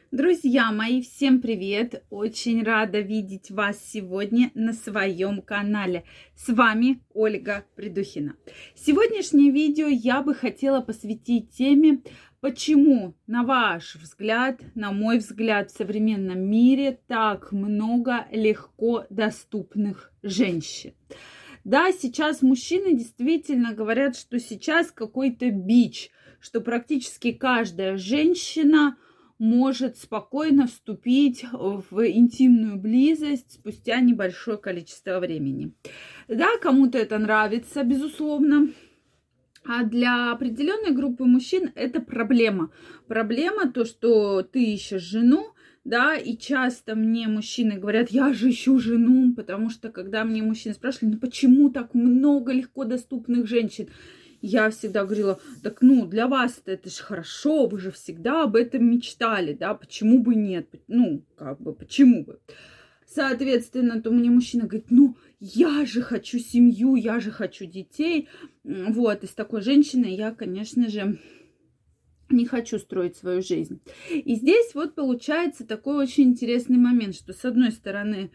Друзья мои, всем привет! Очень рада видеть вас сегодня на своем канале. С вами Ольга Придухина. Сегодняшнее видео я бы хотела посвятить теме, почему, на ваш взгляд, на мой взгляд, в современном мире так много легко доступных женщин. Да, сейчас мужчины действительно говорят, что сейчас какой-то бич, что практически каждая женщина может спокойно вступить в интимную близость спустя небольшое количество времени. Да, кому-то это нравится, безусловно. А для определенной группы мужчин это проблема. Проблема то, что ты ищешь жену, да, и часто мне мужчины говорят, я же ищу жену, потому что когда мне мужчины спрашивали, ну почему так много легко доступных женщин, я всегда говорила, так для вас это же хорошо, вы же всегда об этом мечтали, да, почему бы нет, почему бы. Соответственно, то мне мужчина говорит, я же хочу семью, я же хочу детей, вот, и с такой женщиной я, конечно же, не хочу строить свою жизнь. И здесь вот получается такой очень интересный момент, что с одной стороны,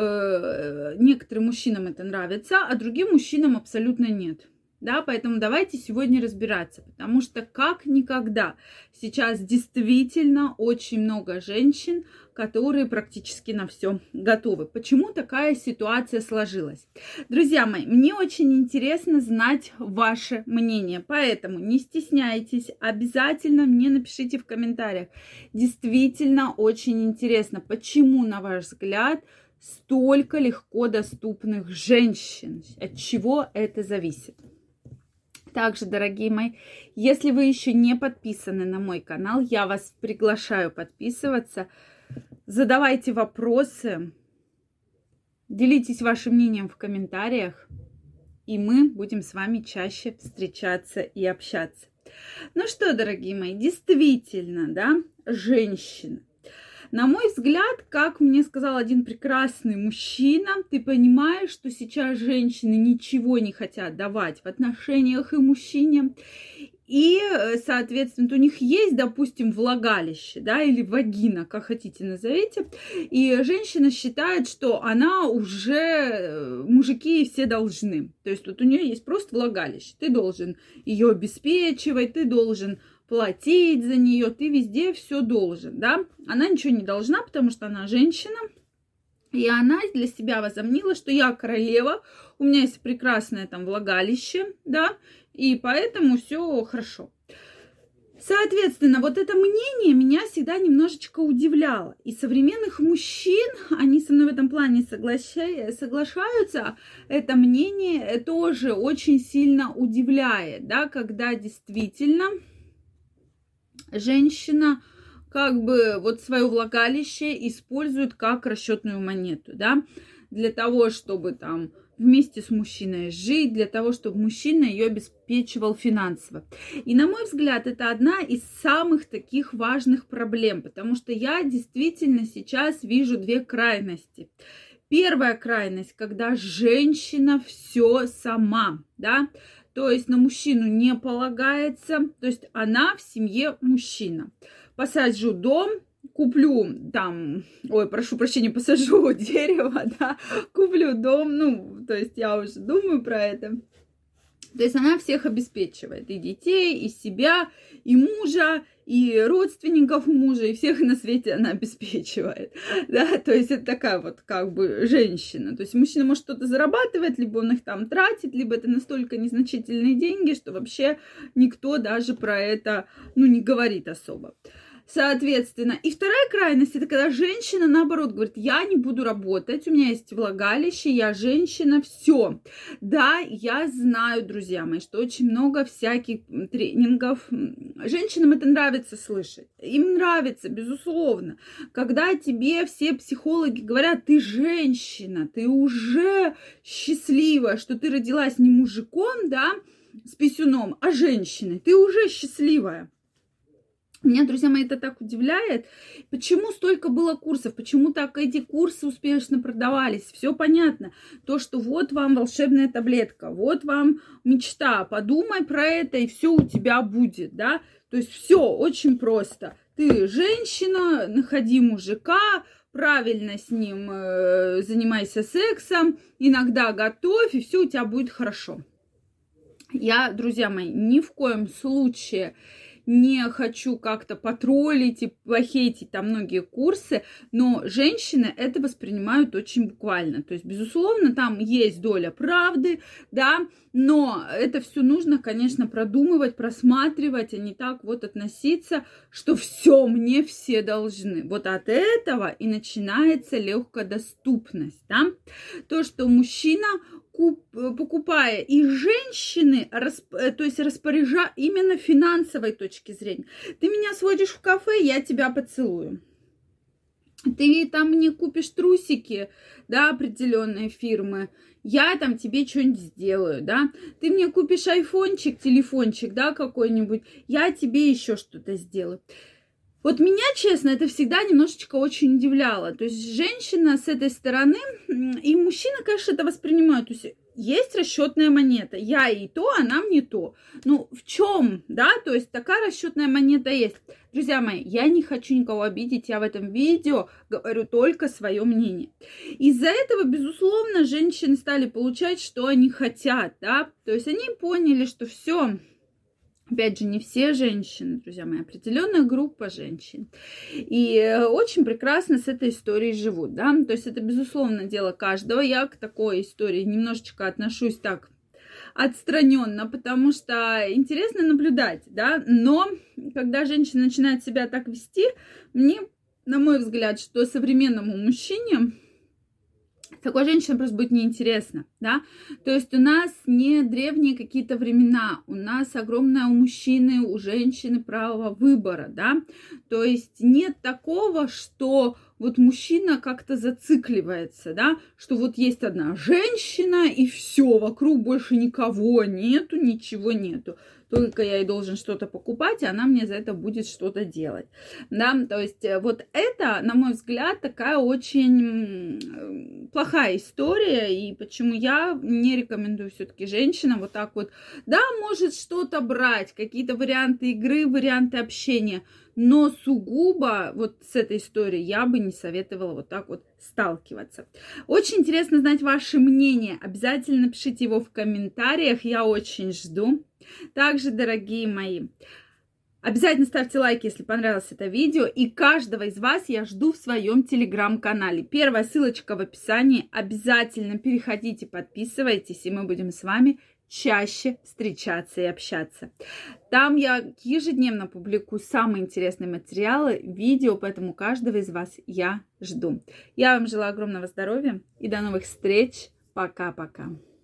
некоторым мужчинам это нравится, а другим мужчинам абсолютно нет. Да, поэтому давайте сегодня разбираться, потому что как никогда сейчас действительно очень много женщин, которые практически на все готовы. Почему такая ситуация сложилась? Друзья мои, мне очень интересно знать ваше мнение, поэтому не стесняйтесь, обязательно мне напишите в комментариях. Действительно очень интересно, почему, на ваш взгляд, столько легко доступных женщин, от чего это зависит? Также, дорогие мои, если вы еще не подписаны на мой канал, я вас приглашаю подписываться. Задавайте вопросы, делитесь вашим мнением в комментариях, и мы будем с вами чаще встречаться и общаться. Ну что, дорогие мои, действительно, да, женщины. На мой взгляд, как мне сказал один прекрасный мужчина, ты понимаешь, что сейчас женщины ничего не хотят давать в отношениях и мужчине. И, соответственно, у них есть, допустим, влагалище, да, или вагина, как хотите назовите. И женщина считает, что она уже, мужики все должны. То есть вот у нее есть просто влагалище. Ты должен ее обеспечивать, ты должен платить за нее, ты везде все должен, да. Она ничего не должна, потому что она женщина, и она для себя возомнила, что я королева, у меня есть прекрасное там влагалище, да, и поэтому все хорошо. Соответственно, вот это мнение меня всегда немножечко удивляло. И современных мужчин, они со мной в этом плане соглашаются, это мнение тоже очень сильно удивляет, да, когда действительно женщина как бы вот свое влагалище использует как расчетную монету, да, для того, чтобы там вместе с мужчиной жить, для того, чтобы мужчина ее обеспечивал финансово. И, на мой взгляд, это одна из самых таких важных проблем, потому что я действительно сейчас вижу две крайности. Первая крайность, когда женщина все сама, да, то есть на мужчину не полагается, то есть она в семье мужчина. Посажу дом, куплю там, прошу прощения, посажу дерево, да, куплю дом, то есть я уже думаю про это. То есть она всех обеспечивает, и детей, и себя, и мужа, и родственников мужа, и всех на свете она обеспечивает, да, то есть это такая вот как бы женщина, то есть мужчина может что-то зарабатывать, либо он их там тратит, либо это настолько незначительные деньги, что вообще никто даже про это, не говорит особо. Соответственно, и вторая крайность, это когда женщина, наоборот, говорит, я не буду работать, у меня есть влагалище, я женщина, все. Да, я знаю, друзья мои, что очень много всяких тренингов. Женщинам это нравится слышать. Им нравится, безусловно. Когда тебе все психологи говорят, ты женщина, ты уже счастливая, что ты родилась не мужиком, да, с писюном, а женщиной, ты уже счастливая. Меня, друзья мои, это так удивляет. Почему столько было курсов? Почему так эти курсы успешно продавались? Все понятно. То, что вот вам волшебная таблетка, вот вам мечта. Подумай про это, и все у тебя будет, да? То есть все очень просто. ты женщина, находи мужика, правильно с ним занимайся сексом, иногда готовь, и все у тебя будет хорошо. Я, друзья мои, ни в коем случае не хочу как-то потроллить и похейтить там многие курсы, но женщины это воспринимают очень буквально. То есть, безусловно, там есть доля правды, да, но это все нужно, конечно, продумывать, просматривать, а не так вот относиться, что все мне все должны. Вот от этого и начинается легкодоступность, да. То, что мужчина, покупая и женщины, то есть распоряжая именно финансовой точки зрения. Ты меня сводишь в кафе, я тебя поцелую. Ты там мне купишь трусики, да, определенные фирмы, я там тебе что-нибудь сделаю, да. Ты мне купишь айфончик, телефончик, да, какой-нибудь, я тебе еще что-то сделаю. Вот меня, честно, это всегда немножечко очень удивляло. То есть женщина с этой стороны, и мужчина, конечно, это воспринимают. То есть расчетная монета. Я ей то, она мне то. Ну, в чем, да? То есть такая расчетная монета есть. Друзья мои, я не хочу никого обидеть. Я в этом видео говорю только свое мнение. Из-за этого, безусловно, женщины стали получать, что они хотят, да? То есть они поняли, что все. Опять же, не все женщины, друзья мои, определенная группа женщин. И очень прекрасно с этой историей живут, да. То есть это, безусловно, дело каждого. Я к такой истории немножечко отношусь так отстраненно, потому что интересно наблюдать, да. Но когда женщина начинает себя так вести, мне, на мой взгляд, что современному мужчине такой женщине просто будет неинтересно, да. То есть у нас не древние какие-то времена, у нас огромное у мужчины, у женщины право выбора, да. То есть нет такого, что вот мужчина как-то зацикливается, да, что вот есть одна женщина и все, вокруг больше никого нету, ничего нету. Только я ей должен что-то покупать, и она мне за это будет что-то делать. Да, то есть вот это, на мой взгляд, такая очень плохая история, и почему я не рекомендую все-таки женщинам вот так вот, да, может что-то брать, какие-то варианты игры, варианты общения, но сугубо вот с этой историей я бы не советовала вот так вот сталкиваться. Очень интересно знать ваше мнение. Обязательно напишите его в комментариях. Я очень жду. Также, дорогие мои, обязательно ставьте лайк, если понравилось это видео. И каждого из вас я жду в своем телеграм-канале. Первая ссылочка в описании. Обязательно переходите, подписывайтесь, и мы будем с вами чаще встречаться и общаться. Там я ежедневно публикую самые интересные материалы, видео, поэтому каждого из вас я жду. Я вам желаю огромного здоровья и до новых встреч. Пока-пока.